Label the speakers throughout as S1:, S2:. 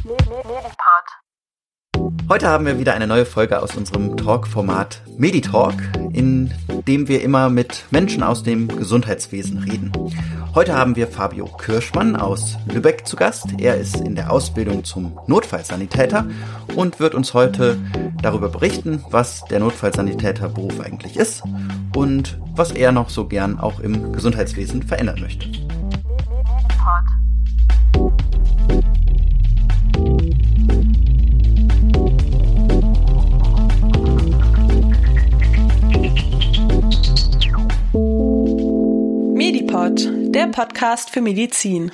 S1: Heute haben wir wieder eine neue Folge aus unserem Talk-Format Meditalk, in dem wir immer mit Menschen aus dem Gesundheitswesen reden. Heute haben wir Fabio Kirschmann aus Lübeck zu Gast. Er ist in der Ausbildung zum Notfallsanitäter und wird uns heute darüber berichten, was der Notfallsanitäterberuf eigentlich ist und was er noch so gern auch im Gesundheitswesen verändern möchte.
S2: Medipod, der Podcast für Medizin.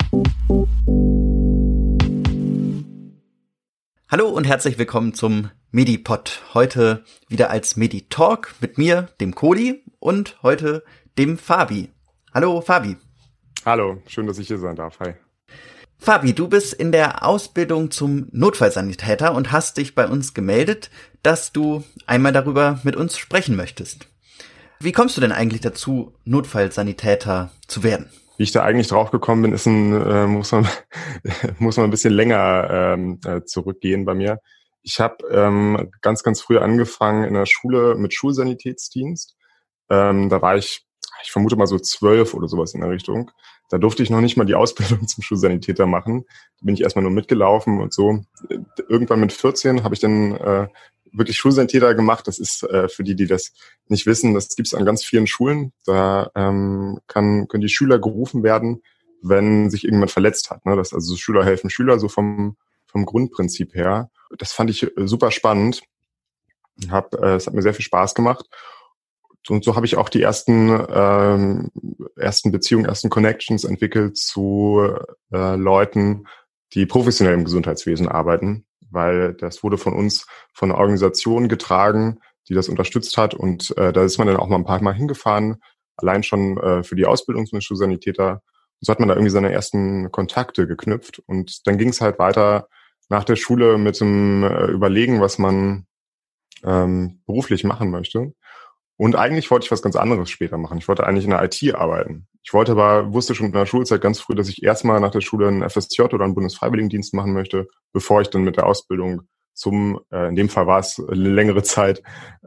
S1: Hallo und herzlich willkommen zum Medipod. Heute wieder als Meditalk mit mir, dem Kohli, und heute dem Fabi. Hallo Fabi.
S3: Hallo, schön, dass ich hier sein darf. Hi.
S1: Fabi, du bist in der Ausbildung zum Notfallsanitäter und hast dich bei uns gemeldet, dass du einmal darüber mit uns sprechen möchtest. Wie kommst du denn eigentlich dazu, Notfallsanitäter zu werden?
S3: Wie ich da eigentlich drauf gekommen bin, muss man ein bisschen länger zurückgehen bei mir. Ich habe ganz früh angefangen in der Schule mit Schulsanitätsdienst. Da war ich vermute mal so 12 oder sowas in der Richtung. Da durfte ich noch nicht mal die Ausbildung zum Schulsanitäter machen. Da bin ich erstmal nur mitgelaufen und so. Irgendwann mit 14 habe ich dann wirklich Schulsanitäter gemacht. Das ist für die das nicht wissen, das gibt es an ganz vielen Schulen. Da können die Schüler gerufen werden, wenn sich irgendjemand verletzt hat. Ne? Das also Schüler helfen Schüler, so vom Grundprinzip her. Das fand ich super spannend. Es hat mir sehr viel Spaß gemacht. Und so habe ich auch die ersten Beziehungen, ersten Connections entwickelt zu Leuten, die professionell im Gesundheitswesen arbeiten, weil das wurde von uns von einer Organisation getragen, die das unterstützt hat. Und da ist man dann auch mal ein paar Mal hingefahren, allein schon für die Ausbildung zum Schulsanitäter. Und so hat man da irgendwie seine ersten Kontakte geknüpft. Und dann ging es halt weiter nach der Schule mit dem Überlegen, was man beruflich machen möchte. Und eigentlich wollte ich was ganz anderes später machen. Ich wollte eigentlich in der IT arbeiten. Wusste schon in der Schulzeit ganz früh, dass ich erstmal nach der Schule einen FSJ oder einen Bundesfreiwilligendienst machen möchte, bevor ich dann mit der Ausbildung in dem Fall war es eine längere Zeit,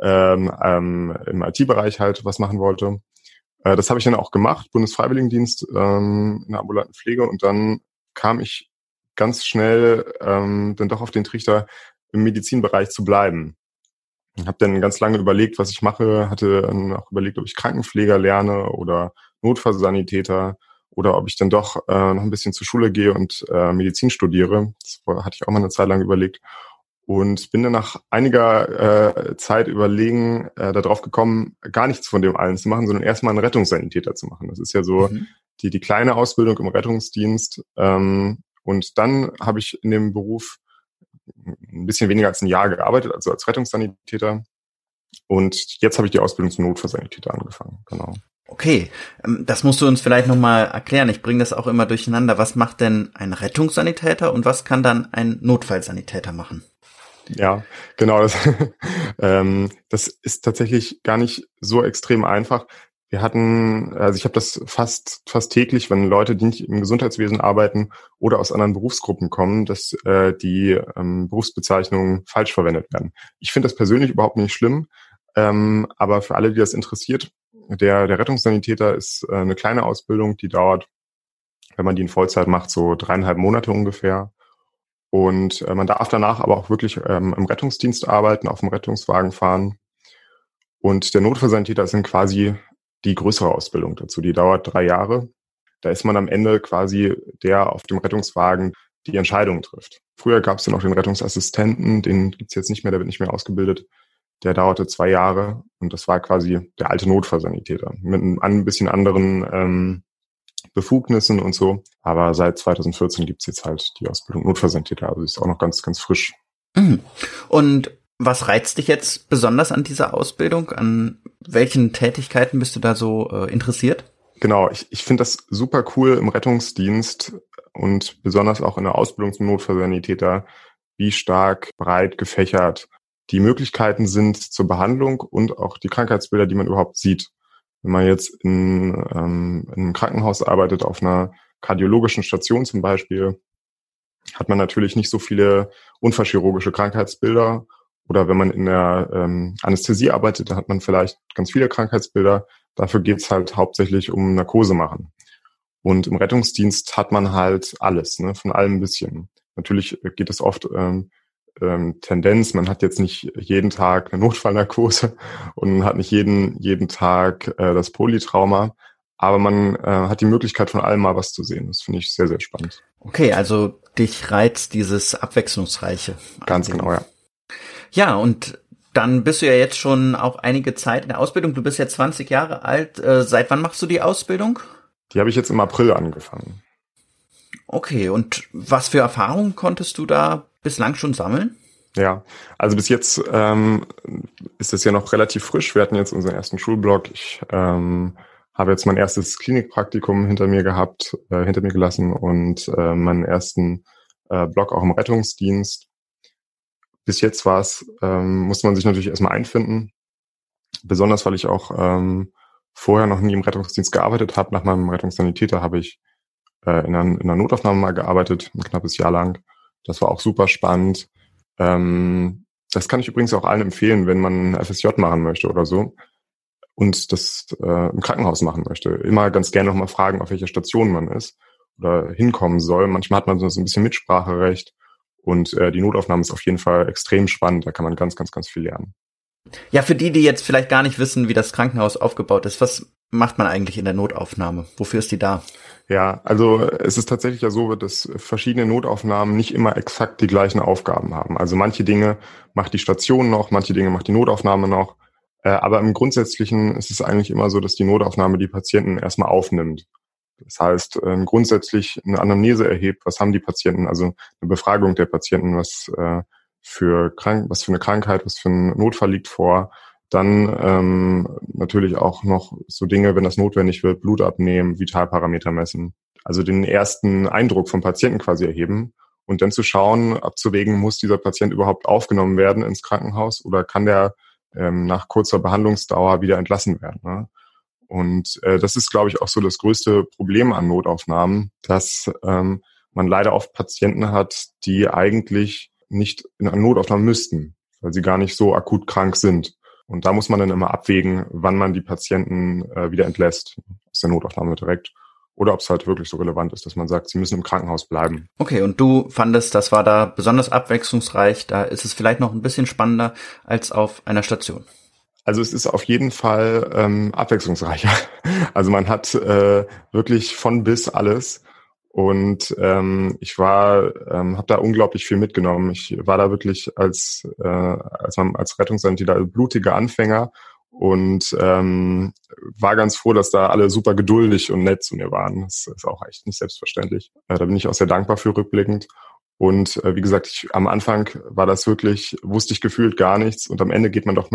S3: im IT-Bereich halt was machen wollte. Das habe ich dann auch gemacht, Bundesfreiwilligendienst in der ambulanten Pflege. Und dann kam ich ganz schnell dann doch auf den Trichter, im Medizinbereich zu bleiben. Ich habe dann ganz lange überlegt, was ich mache, hatte dann auch überlegt, ob ich Krankenpfleger lerne oder Notfallsanitäter oder ob ich dann doch noch ein bisschen zur Schule gehe und Medizin studiere. Das hatte ich auch mal eine Zeit lang überlegt und bin dann nach einiger Zeit Überlegen darauf gekommen, gar nichts von dem allen zu machen, sondern erstmal einen Rettungssanitäter zu machen. Das ist ja so die kleine Ausbildung im Rettungsdienst. Und dann habe ich in dem Beruf ein bisschen weniger als ein Jahr gearbeitet, also als Rettungssanitäter. Und jetzt habe ich die Ausbildung zum Notfallsanitäter angefangen, genau.
S1: Okay, das musst du uns vielleicht nochmal erklären. Ich bringe das auch immer durcheinander. Was macht denn ein Rettungssanitäter und was kann dann ein Notfallsanitäter machen?
S3: Ja, genau. Das ist tatsächlich gar nicht so extrem einfach. Ich habe das fast täglich, wenn Leute, die nicht im Gesundheitswesen arbeiten oder aus anderen Berufsgruppen kommen, dass die Berufsbezeichnungen falsch verwendet werden. Ich finde das persönlich überhaupt nicht schlimm, aber für alle, die das interessiert, der Rettungssanitäter ist eine kleine Ausbildung, die dauert, wenn man die in Vollzeit macht, so 3,5 Monate ungefähr. Und man darf danach aber auch wirklich im Rettungsdienst arbeiten, auf dem Rettungswagen fahren. Und der Notfallsanitäter ist dann quasi die größere Ausbildung dazu. Die dauert 3 Jahre. Da ist man am Ende quasi der auf dem Rettungswagen die Entscheidung trifft. Früher gab es dann auch den Rettungsassistenten, den gibt's jetzt nicht mehr, der wird nicht mehr ausgebildet. Der dauerte 2 Jahre und das war quasi der alte Notfallsanitäter mit ein bisschen anderen Befugnissen und so. Aber seit 2014 gibt's jetzt halt die Ausbildung Notfallsanitäter. Also ist auch noch ganz frisch.
S1: Und was reizt dich jetzt besonders an dieser Ausbildung? An welchen Tätigkeiten bist du da so interessiert?
S3: Genau, ich finde das super cool im Rettungsdienst und besonders auch in der Ausbildung zum Notfallsanitäter, wie stark breit gefächert die Möglichkeiten sind zur Behandlung und auch die Krankheitsbilder, die man überhaupt sieht. Wenn man jetzt in einem Krankenhaus arbeitet, auf einer kardiologischen Station zum Beispiel, hat man natürlich nicht so viele unfallchirurgische Krankheitsbilder. Oder wenn man in der Anästhesie arbeitet, da hat man vielleicht ganz viele Krankheitsbilder. Dafür geht's halt hauptsächlich um Narkose machen. Und im Rettungsdienst hat man halt alles, ne, von allem ein bisschen. Natürlich geht es oft Tendenz, man hat jetzt nicht jeden Tag eine Notfallnarkose und man hat nicht jeden Tag das Polytrauma, aber man hat die Möglichkeit, von allem mal was zu sehen. Das finde ich sehr, sehr spannend.
S1: Okay, also dich reizt dieses Abwechslungsreiche.
S3: Ganz genau, ja.
S1: Ja, und dann bist du ja jetzt schon auch einige Zeit in der Ausbildung. Du bist jetzt 20 Jahre alt. Seit wann machst du die Ausbildung?
S3: Die habe ich jetzt im April angefangen.
S1: Okay, und was für Erfahrungen konntest du da bislang schon sammeln?
S3: Ja, also bis jetzt ist es ja noch relativ frisch. Wir hatten jetzt unseren ersten Schulblock. Ich habe jetzt mein erstes Klinikpraktikum hinter mir gelassen und meinen ersten Block auch im Rettungsdienst. Bis jetzt musste man sich natürlich erstmal einfinden. Besonders, weil ich auch vorher noch nie im Rettungsdienst gearbeitet habe. Nach meinem Rettungssanitäter habe ich in einer Notaufnahme mal gearbeitet, ein knappes Jahr lang. Das war auch super spannend. Das kann ich übrigens auch allen empfehlen, wenn man FSJ machen möchte oder so und das im Krankenhaus machen möchte. Immer ganz gerne nochmal fragen, auf welcher Station man ist oder hinkommen soll. Manchmal hat man so ein bisschen Mitspracherecht und die Notaufnahme ist auf jeden Fall extrem spannend. Da kann man ganz, ganz, ganz viel lernen.
S1: Ja, für die jetzt vielleicht gar nicht wissen, wie das Krankenhaus aufgebaut ist, was macht man eigentlich in der Notaufnahme? Wofür ist die da?
S3: Ja, also es ist tatsächlich ja so, dass verschiedene Notaufnahmen nicht immer exakt die gleichen Aufgaben haben. Also manche Dinge macht die Station noch, manche Dinge macht die Notaufnahme noch. Aber im Grundsätzlichen ist es eigentlich immer so, dass die Notaufnahme die Patienten erstmal aufnimmt. Das heißt, grundsätzlich eine Anamnese erhebt, was haben die Patienten, also eine Befragung der Patienten, was für eine Krankheit, was für ein Notfall liegt vor. Dann natürlich auch noch so Dinge, wenn das notwendig wird, Blut abnehmen, Vitalparameter messen. Also den ersten Eindruck vom Patienten quasi erheben und dann zu schauen, abzuwägen, muss dieser Patient überhaupt aufgenommen werden ins Krankenhaus oder kann der nach kurzer Behandlungsdauer wieder entlassen werden. Ne? Und das ist, glaube ich, auch so das größte Problem an Notaufnahmen, dass man leider oft Patienten hat, die eigentlich nicht in eine Notaufnahme müssten, weil sie gar nicht so akut krank sind. Und da muss man dann immer abwägen, wann man die Patienten wieder entlässt aus der Notaufnahme direkt. Oder ob es halt wirklich so relevant ist, dass man sagt, sie müssen im Krankenhaus bleiben.
S1: Okay, und du fandest, das war da besonders abwechslungsreich. Da ist es vielleicht noch ein bisschen spannender als auf einer Station.
S3: Also es ist auf jeden Fall abwechslungsreicher. Also man hat wirklich von bis alles. Und ich habe da unglaublich viel mitgenommen. Ich war da wirklich als Rettungssanitäter blutiger Anfänger und war ganz froh, dass da alle super geduldig und nett zu mir waren. Das ist auch echt nicht selbstverständlich. Da bin ich auch sehr dankbar für rückblickend. Und wie gesagt, am Anfang war das wirklich, wusste ich gefühlt gar nichts und am Ende geht man doch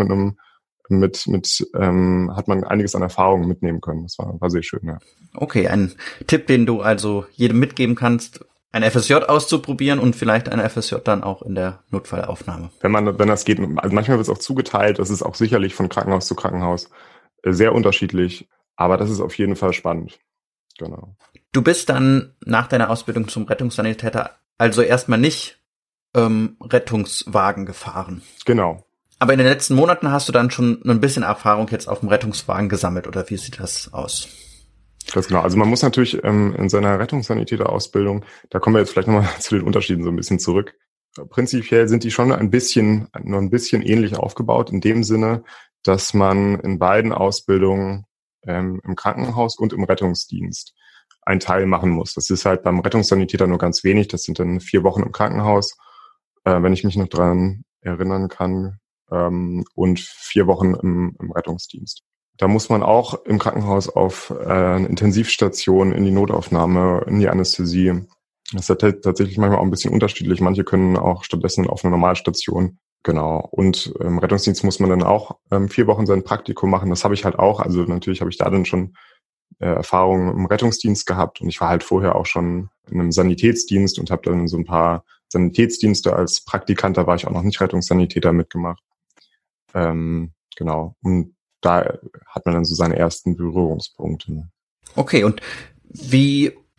S3: hat man einiges an Erfahrungen mitnehmen können. Das war sehr schön, ja.
S1: Okay, ein Tipp, den du also jedem mitgeben kannst, ein FSJ auszuprobieren und vielleicht ein FSJ dann auch in der Notfallaufnahme.
S3: Wenn das geht, also manchmal wird es auch zugeteilt, das ist auch sicherlich von Krankenhaus zu Krankenhaus sehr unterschiedlich, aber das ist auf jeden Fall spannend. Genau.
S1: Du bist dann nach deiner Ausbildung zum Rettungssanitäter also erstmal nicht Rettungswagen gefahren.
S3: Genau.
S1: Aber in den letzten Monaten hast du dann schon ein bisschen Erfahrung jetzt auf dem Rettungswagen gesammelt, oder wie sieht das aus?
S3: Ganz genau. Also man muss natürlich in seiner Rettungssanitäter-Ausbildung, da kommen wir jetzt vielleicht nochmal zu den Unterschieden so ein bisschen zurück. Prinzipiell sind die schon nur ein bisschen ähnlich aufgebaut, in dem Sinne, dass man in beiden Ausbildungen im Krankenhaus und im Rettungsdienst einen Teil machen muss. Das ist halt beim Rettungssanitäter nur ganz wenig. Das sind dann 4 Wochen im Krankenhaus, wenn ich mich noch dran erinnern kann. Und 4 Wochen im Rettungsdienst. Da muss man auch im Krankenhaus auf eine Intensivstation, in die Notaufnahme, in die Anästhesie. Das ist tatsächlich manchmal auch ein bisschen unterschiedlich. Manche können auch stattdessen auf eine Normalstation. Genau. Und im Rettungsdienst muss man dann auch 4 Wochen sein Praktikum machen. Das habe ich halt auch. Also natürlich habe ich da dann schon Erfahrungen im Rettungsdienst gehabt. Und ich war halt vorher auch schon in einem Sanitätsdienst und habe dann so ein paar Sanitätsdienste als Praktikant. Da war ich auch noch nicht Rettungssanitäter mitgemacht. Genau. Und da hat man dann so seine ersten Berührungspunkte.
S1: Okay, und wie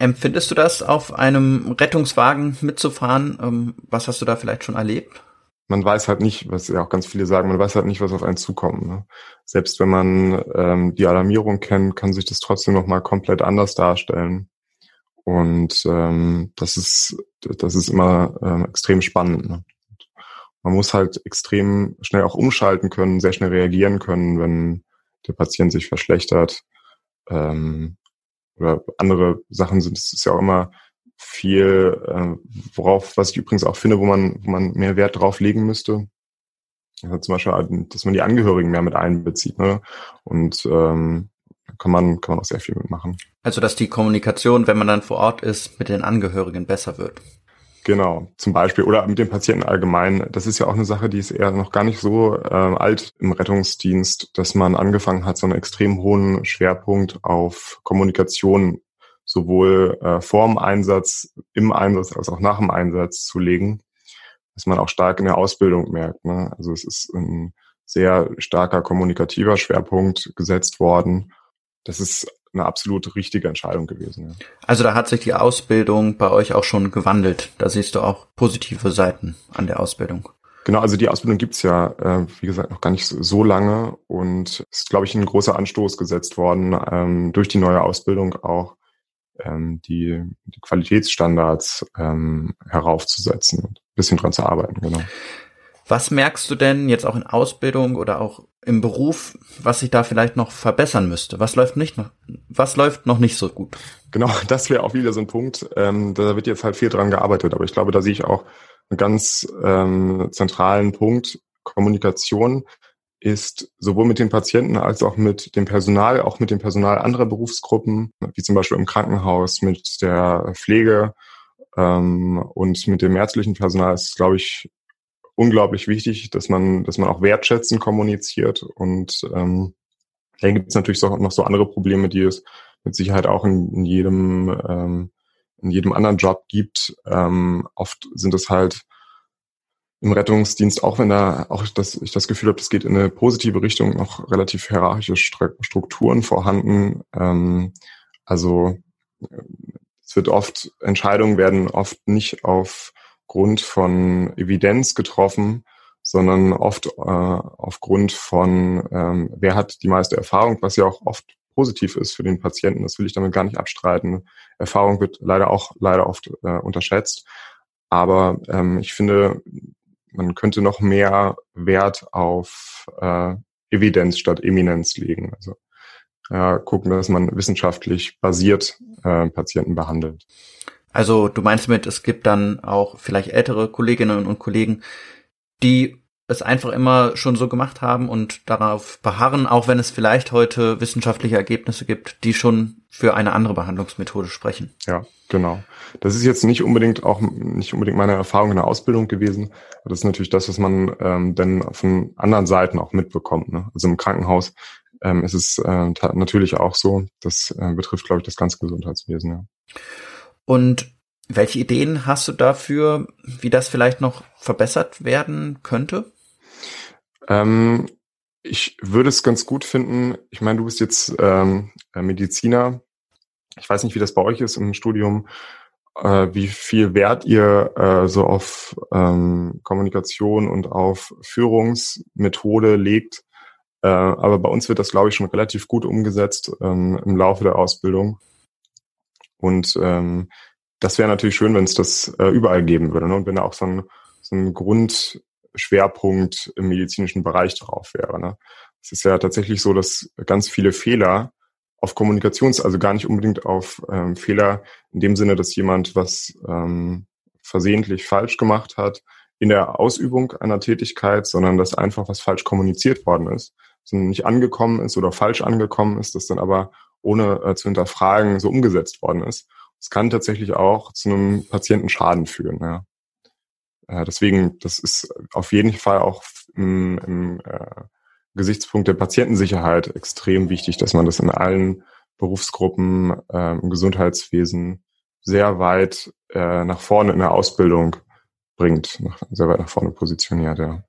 S1: Empfindest du das, auf einem Rettungswagen mitzufahren? Was hast du da vielleicht schon erlebt?
S3: Man weiß halt nicht, was ja auch ganz viele sagen, man weiß halt nicht, was auf einen zukommt. Ne? Selbst wenn man die Alarmierung kennt, kann sich das trotzdem nochmal komplett anders darstellen. Und das ist immer extrem spannend. Ne? Man muss halt extrem schnell auch umschalten können, sehr schnell reagieren können, wenn der Patient sich verschlechtert. Oder andere Sachen sind. Es ist ja auch immer viel, was ich übrigens auch finde, wo man mehr Wert drauf legen müsste. Also zum Beispiel, dass man die Angehörigen mehr mit einbezieht, ne? Und kann man auch sehr viel mitmachen.
S1: Also dass die Kommunikation, wenn man dann vor Ort ist, mit den Angehörigen besser wird.
S3: Genau, zum Beispiel. Oder mit dem Patienten allgemein. Das ist ja auch eine Sache, die ist eher noch gar nicht so alt im Rettungsdienst, dass man angefangen hat, so einen extrem hohen Schwerpunkt auf Kommunikation sowohl vor dem Einsatz, im Einsatz als auch nach dem Einsatz zu legen, was man auch stark in der Ausbildung merkt. Ne? Also es ist ein sehr starker kommunikativer Schwerpunkt gesetzt worden. Das ist eine absolut richtige Entscheidung gewesen. Ja.
S1: Also da hat sich die Ausbildung bei euch auch schon gewandelt. Da siehst du auch positive Seiten an der Ausbildung.
S3: Genau, also die Ausbildung gibt's ja, wie gesagt, noch gar nicht so lange und es ist, glaube ich, ein großer Anstoß gesetzt worden, durch die neue Ausbildung auch die Qualitätsstandards heraufzusetzen und ein bisschen dran zu arbeiten, genau.
S1: Was merkst du denn jetzt auch in Ausbildung oder auch im Beruf, was sich da vielleicht noch verbessern müsste? Was läuft noch nicht so gut?
S3: Genau, das wäre auch wieder so ein Punkt. Da wird jetzt halt viel dran gearbeitet, aber ich glaube, da sehe ich auch einen ganz zentralen Punkt. Kommunikation ist sowohl mit den Patienten als auch mit dem Personal, auch mit dem Personal anderer Berufsgruppen, wie zum Beispiel im Krankenhaus, mit der Pflege und mit dem ärztlichen Personal ist, glaube ich, unglaublich wichtig, dass man auch wertschätzend kommuniziert und dann gibt es natürlich noch so andere Probleme, die es mit Sicherheit auch in jedem anderen Job gibt. Oft sind es halt im Rettungsdienst, auch wenn ich das Gefühl habe, das geht in eine positive Richtung, noch relativ hierarchische Strukturen vorhanden. Also Entscheidungen werden oft nicht aufgrund von Evidenz getroffen, sondern oft aufgrund von, wer hat die meiste Erfahrung, was ja auch oft positiv ist für den Patienten. Das will ich damit gar nicht abstreiten. Erfahrung wird leider oft unterschätzt. Aber ich finde, man könnte noch mehr Wert auf Evidenz statt Eminenz legen. Also gucken, dass man wissenschaftlich basiert Patienten behandelt.
S1: Also du meinst mit, es gibt dann auch vielleicht ältere Kolleginnen und Kollegen, die es einfach immer schon so gemacht haben und darauf beharren, auch wenn es vielleicht heute wissenschaftliche Ergebnisse gibt, die schon für eine andere Behandlungsmethode sprechen.
S3: Ja, genau. Das ist jetzt nicht unbedingt meine Erfahrung in der Ausbildung gewesen. Aber das ist natürlich das, was man dann von anderen Seiten auch mitbekommt. Ne? Also im Krankenhaus ist es natürlich auch so. Das betrifft, glaube ich, das ganze Gesundheitswesen. Ja.
S1: Und welche Ideen hast du dafür, wie das vielleicht noch verbessert werden könnte?
S3: Ich würde es ganz gut finden. Ich meine, du bist jetzt Mediziner. Ich weiß nicht, wie das bei euch ist im Studium, wie viel Wert ihr so auf Kommunikation und auf Führungsmethode legt. Aber bei uns wird das, glaube ich, schon relativ gut umgesetzt im Laufe der Ausbildung. Und das wäre natürlich schön, wenn es das überall geben würde, ne? Und wenn da auch so ein Grundschwerpunkt im medizinischen Bereich drauf wäre. Ne? Es ist ja tatsächlich so, dass ganz viele Fehler auf also gar nicht unbedingt auf Fehler in dem Sinne, dass jemand was versehentlich falsch gemacht hat in der Ausübung einer Tätigkeit, sondern dass einfach was falsch kommuniziert worden ist, dass nicht angekommen ist oder falsch angekommen ist, das dann aber ohne zu hinterfragen so umgesetzt worden ist. Es kann tatsächlich auch zu einem Patientenschaden führen. Ja. Deswegen, das ist auf jeden Fall auch im Gesichtspunkt der Patientensicherheit extrem wichtig, dass man das in allen Berufsgruppen im Gesundheitswesen sehr weit nach vorne in der Ausbildung bringt, sehr weit nach vorne positioniert, ja.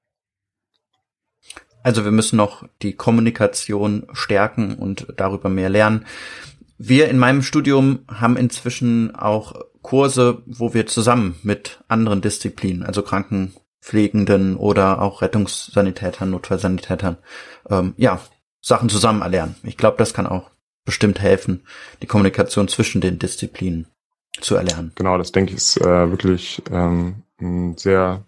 S1: Also wir müssen noch die Kommunikation stärken und darüber mehr lernen. Wir in meinem Studium haben inzwischen auch Kurse, wo wir zusammen mit anderen Disziplinen, also Krankenpflegenden oder auch Rettungssanitätern, Notfallsanitätern, Sachen zusammen erlernen. Ich glaube, das kann auch bestimmt helfen, die Kommunikation zwischen den Disziplinen zu erlernen.
S3: Genau, das denke ich ist wirklich ein sehr,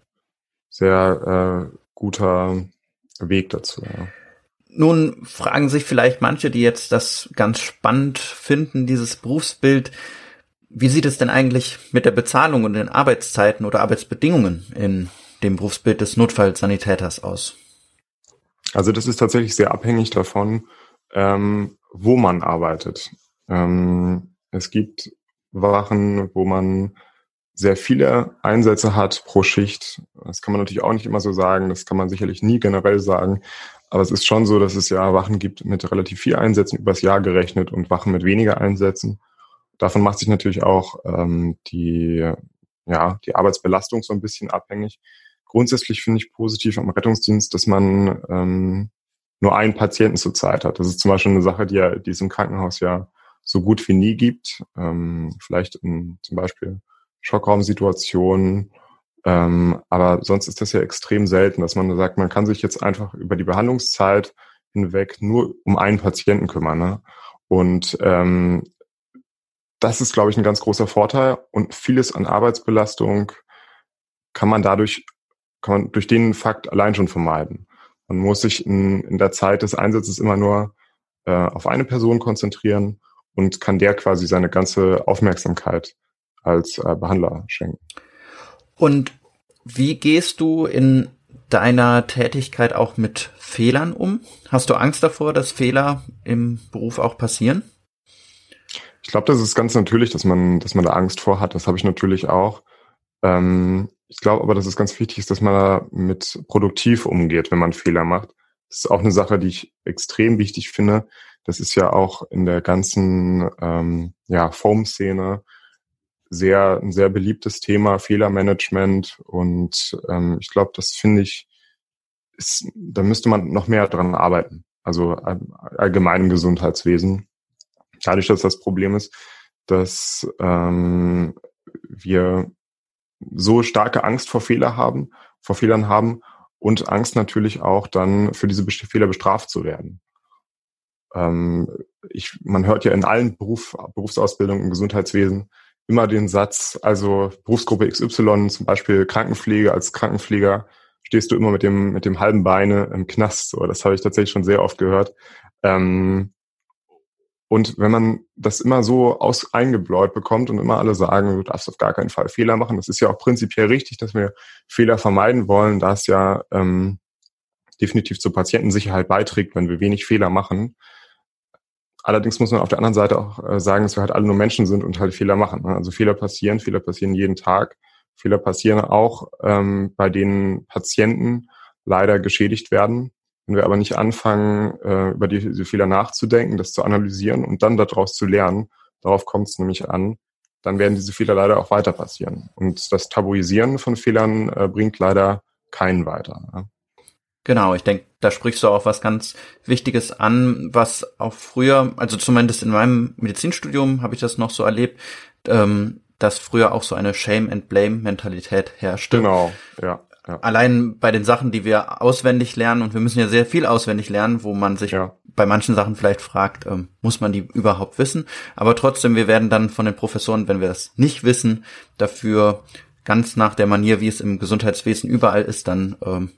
S3: sehr guter Weg dazu. Ja.
S1: Nun fragen sich vielleicht manche, die jetzt das ganz spannend finden, dieses Berufsbild, wie sieht es denn eigentlich mit der Bezahlung und den Arbeitszeiten oder Arbeitsbedingungen in dem Berufsbild des Notfallsanitäters aus?
S3: Also das ist tatsächlich sehr abhängig davon, wo man arbeitet. Es gibt Wachen, wo man sehr viele Einsätze hat pro Schicht. Das kann man natürlich auch nicht immer so sagen. Das kann man sicherlich nie generell sagen. Aber es ist schon so, dass es ja Wachen gibt mit relativ viel Einsätzen übers Jahr gerechnet und Wachen mit weniger Einsätzen. Davon macht sich natürlich auch die Arbeitsbelastung so ein bisschen abhängig. Grundsätzlich finde ich positiv am Rettungsdienst, dass man nur einen Patienten zur Zeit hat. Das ist zum Beispiel eine Sache, die es im Krankenhaus ja so gut wie nie gibt. Vielleicht in zum Beispiel Schockraumsituationen. Aber sonst ist das ja extrem selten, dass man sagt, man kann sich jetzt einfach über die Behandlungszeit hinweg nur um einen Patienten kümmern. Ne? Und das ist, glaube ich, ein ganz großer Vorteil. Und vieles an Arbeitsbelastung kann man durch den Fakt allein schon vermeiden. Man muss sich in der Zeit des Einsatzes immer nur auf eine Person konzentrieren und kann der quasi seine ganze Aufmerksamkeit als Behandler schenken.
S1: Und wie gehst du in deiner Tätigkeit auch mit Fehlern um? Hast du Angst davor, dass Fehler im Beruf auch passieren?
S3: Ich glaube, das ist ganz natürlich, dass man da Angst vor hat. Das habe ich natürlich auch. Ich glaube aber, dass es ganz wichtig ist, dass man da mit produktiv umgeht, wenn man Fehler macht. Das ist auch eine Sache, die ich extrem wichtig finde. Das ist ja auch in der ganzen Foam-Szene ein sehr beliebtes Thema, Fehlermanagement. Und ich glaube, das finde ich, da müsste man noch mehr dran arbeiten. Also allgemein im Gesundheitswesen. Dadurch, dass das Problem ist, dass wir so starke Angst vor Fehlern haben und Angst natürlich auch dann für diese Fehler bestraft zu werden. Man hört ja in allen Berufsausbildungen im Gesundheitswesen immer den Satz, also Berufsgruppe XY, zum Beispiel Krankenpflege, als Krankenpfleger stehst du immer mit dem halben Beine im Knast. So, das habe ich tatsächlich schon sehr oft gehört. Und wenn man das immer so eingebläut bekommt und immer alle sagen, du darfst auf gar keinen Fall Fehler machen, das ist ja auch prinzipiell richtig, dass wir Fehler vermeiden wollen, da es ja definitiv zur Patientensicherheit beiträgt, wenn wir wenig Fehler machen. Allerdings muss man auf der anderen Seite auch sagen, dass wir halt alle nur Menschen sind und halt Fehler machen. Ne? Also Fehler passieren jeden Tag. Fehler passieren auch bei denen Patienten leider geschädigt werden. Wenn wir aber nicht anfangen, über diese Fehler nachzudenken, das zu analysieren und dann daraus zu lernen, darauf kommt es nämlich an, dann werden diese Fehler leider auch weiter passieren. Und das Tabuisieren von Fehlern bringt leider keinen weiter. Ja.
S1: Genau, ich denke, da sprichst du auch was ganz Wichtiges an, was auch früher, also zumindest in meinem Medizinstudium habe ich das noch so erlebt, dass früher auch so eine Shame-and-Blame-Mentalität herrschte.
S3: Genau, ja.
S1: Allein bei den Sachen, die wir auswendig lernen, und wir müssen ja sehr viel auswendig lernen, wo man sich bei manchen Sachen vielleicht fragt, muss man die überhaupt wissen? Aber trotzdem, wir werden dann von den Professoren, wenn wir das nicht wissen, dafür ganz nach der Manier, wie es im Gesundheitswesen überall ist, dann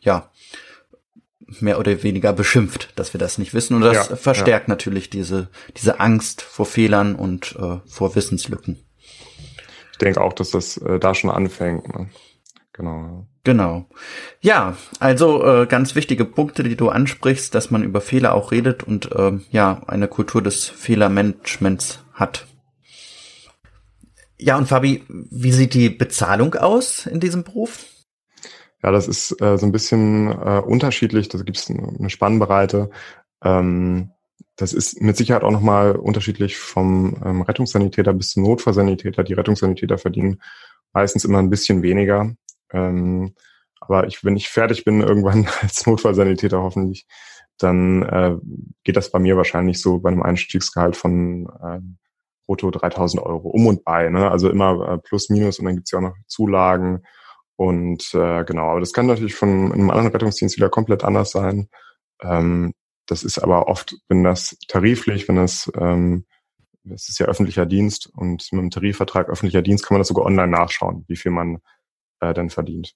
S1: mehr oder weniger beschimpft, dass wir das nicht wissen. Und das verstärkt natürlich diese Angst vor Fehlern und vor Wissenslücken.
S3: Ich denke auch, dass das da schon anfängt. Ne?
S1: Genau. Ja, also ganz wichtige Punkte, die du ansprichst, dass man über Fehler auch redet und eine Kultur des Fehlermanagements hat. Ja, und Fabi, wie sieht die Bezahlung aus in diesem Beruf?
S3: Ja, das ist so ein bisschen unterschiedlich. Da gibt es eine Spannbreite. Das ist mit Sicherheit auch nochmal unterschiedlich vom Rettungssanitäter bis zum Notfallsanitäter. Die Rettungssanitäter verdienen meistens immer ein bisschen weniger. Aber wenn ich fertig bin irgendwann als Notfallsanitäter hoffentlich, dann geht das bei mir wahrscheinlich so bei einem Einstiegsgehalt von brutto 3.000 Euro um und bei, ne? Also immer plus, minus, und dann gibt's ja auch noch Zulagen. Und genau, aber das kann natürlich von einem anderen Rettungsdienst wieder komplett anders sein. Das ist aber oft, wenn das tariflich, das ist ja öffentlicher Dienst, und mit dem Tarifvertrag öffentlicher Dienst kann man das sogar online nachschauen, wie viel man dann verdient.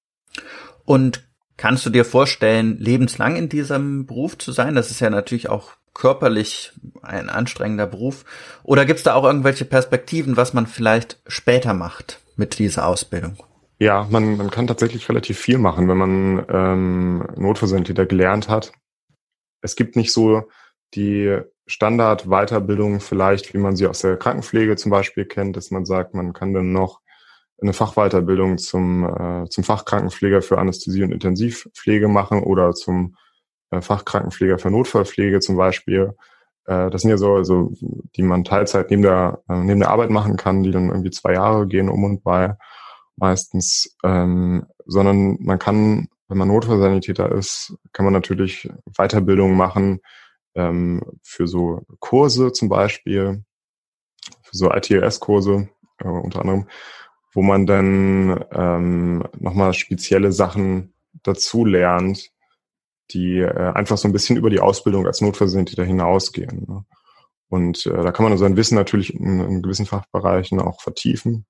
S1: Und kannst du dir vorstellen, lebenslang in diesem Beruf zu sein? Das ist ja natürlich auch körperlich ein anstrengender Beruf. Oder gibt es da auch irgendwelche Perspektiven, was man vielleicht später macht mit dieser Ausbildung?
S3: Ja, man kann tatsächlich relativ viel machen, wenn man Notfallsanitäter gelernt hat. Es gibt nicht so die Standard-Weiterbildung vielleicht, wie man sie aus der Krankenpflege zum Beispiel kennt, dass man sagt, man kann dann noch eine Fachweiterbildung zum Fachkrankenpfleger für Anästhesie und Intensivpflege machen oder zum Fachkrankenpfleger für Notfallpflege zum Beispiel. Das sind ja so, die man Teilzeit neben der Arbeit machen kann, die dann irgendwie 2 Jahre gehen um und bei meistens, sondern man kann, wenn man Notfallsanitäter ist, kann man natürlich Weiterbildung machen für so Kurse zum Beispiel, für so ITLS-Kurse unter anderem, wo man dann nochmal spezielle Sachen dazu lernt, die einfach so ein bisschen über die Ausbildung als Notfallsanitäter hinausgehen. Ne? Und da kann man sein Wissen natürlich in gewissen Fachbereichen auch vertiefen.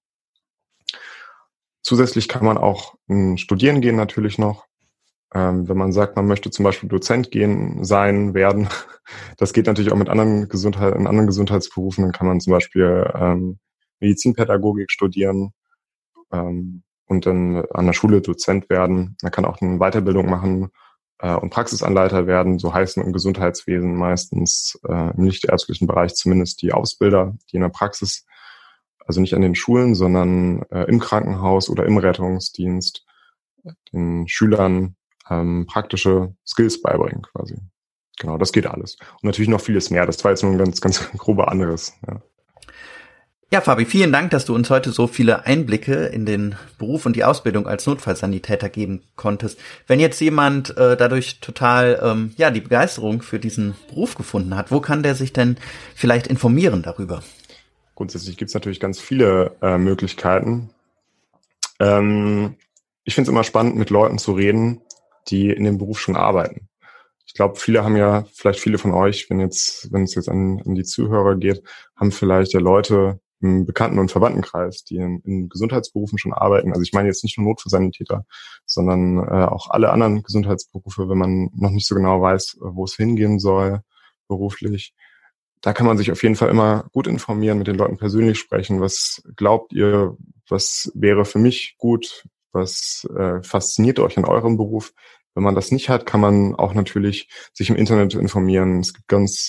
S3: Zusätzlich kann man auch studieren gehen natürlich noch. Wenn man sagt, man möchte zum Beispiel Dozent werden. Das geht natürlich auch mit anderen Gesundheitsberufen. Dann kann man zum Beispiel Medizinpädagogik studieren und dann an der Schule Dozent werden. Man kann auch eine Weiterbildung machen und Praxisanleiter werden. So heißen im Gesundheitswesen meistens im nichtärztlichen Bereich zumindest die Ausbilder, die in der Praxis, also nicht an den Schulen, sondern im Krankenhaus oder im Rettungsdienst den Schülern praktische Skills beibringen quasi. Genau, das geht alles. Und natürlich noch vieles mehr. Das war jetzt nur ein ganz, ganz grober anderes. Ja.
S1: Ja, Fabi, vielen Dank, dass du uns heute so viele Einblicke in den Beruf und die Ausbildung als Notfallsanitäter geben konntest. Wenn jetzt jemand dadurch total die Begeisterung für diesen Beruf gefunden hat, wo kann der sich denn vielleicht informieren darüber?
S3: Grundsätzlich gibt's natürlich ganz viele Möglichkeiten. Ich finde es immer spannend, mit Leuten zu reden, die in dem Beruf schon arbeiten. Ich glaube, viele von euch, wenn es jetzt an die Zuhörer geht, haben vielleicht ja Leute im Bekannten- und Verwandtenkreis, die in Gesundheitsberufen schon arbeiten. Also ich meine jetzt nicht nur Notfallsanitäter, sondern auch alle anderen Gesundheitsberufe, wenn man noch nicht so genau weiß, wo es hingehen soll beruflich. Da kann man sich auf jeden Fall immer gut informieren, mit den Leuten persönlich sprechen. Was glaubt ihr, was wäre für mich gut? Was fasziniert euch an eurem Beruf? Wenn man das nicht hat, kann man auch natürlich sich im Internet informieren. Es gibt ganz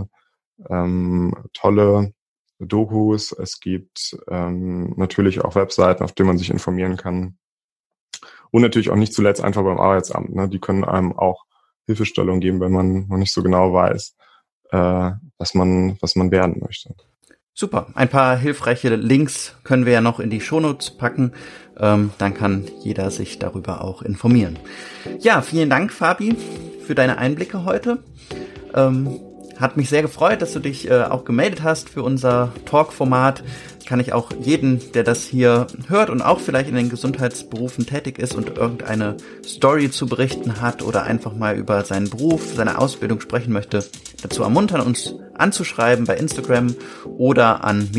S3: tolle Dokus. Es gibt natürlich auch Webseiten, auf denen man sich informieren kann. Und natürlich auch nicht zuletzt einfach beim Arbeitsamt. Ne? Die können einem auch Hilfestellung geben, wenn man noch nicht so genau weiß, was man werden möchte.
S1: Super. Ein paar hilfreiche Links können wir ja noch in die Shownotes packen. Dann kann jeder sich darüber auch informieren. Ja, vielen Dank, Fabi, für deine Einblicke heute. Hat mich sehr gefreut, dass du dich auch gemeldet hast für unser Talk-Format. Kann ich auch jeden, der das hier hört und auch vielleicht in den Gesundheitsberufen tätig ist und irgendeine Story zu berichten hat oder einfach mal über seinen Beruf, seine Ausbildung sprechen möchte, dazu ermuntern, uns anzuschreiben bei Instagram oder an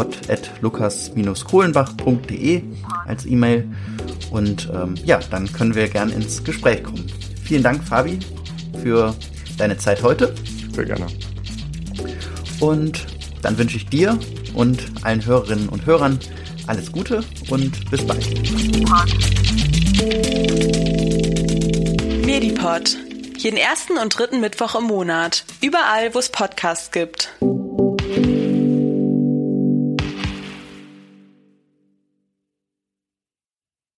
S1: medipod@lukas-kohlenbach.de als E-Mail. Und dann können wir gern ins Gespräch kommen. Vielen Dank, Fabi, für deine Zeit heute.
S3: Sehr gerne.
S1: Und dann wünsche ich dir und allen Hörerinnen und Hörern alles Gute und bis bald.
S2: Medipod. Jeden 1. und 3. Mittwoch im Monat. Überall, wo es Podcasts gibt.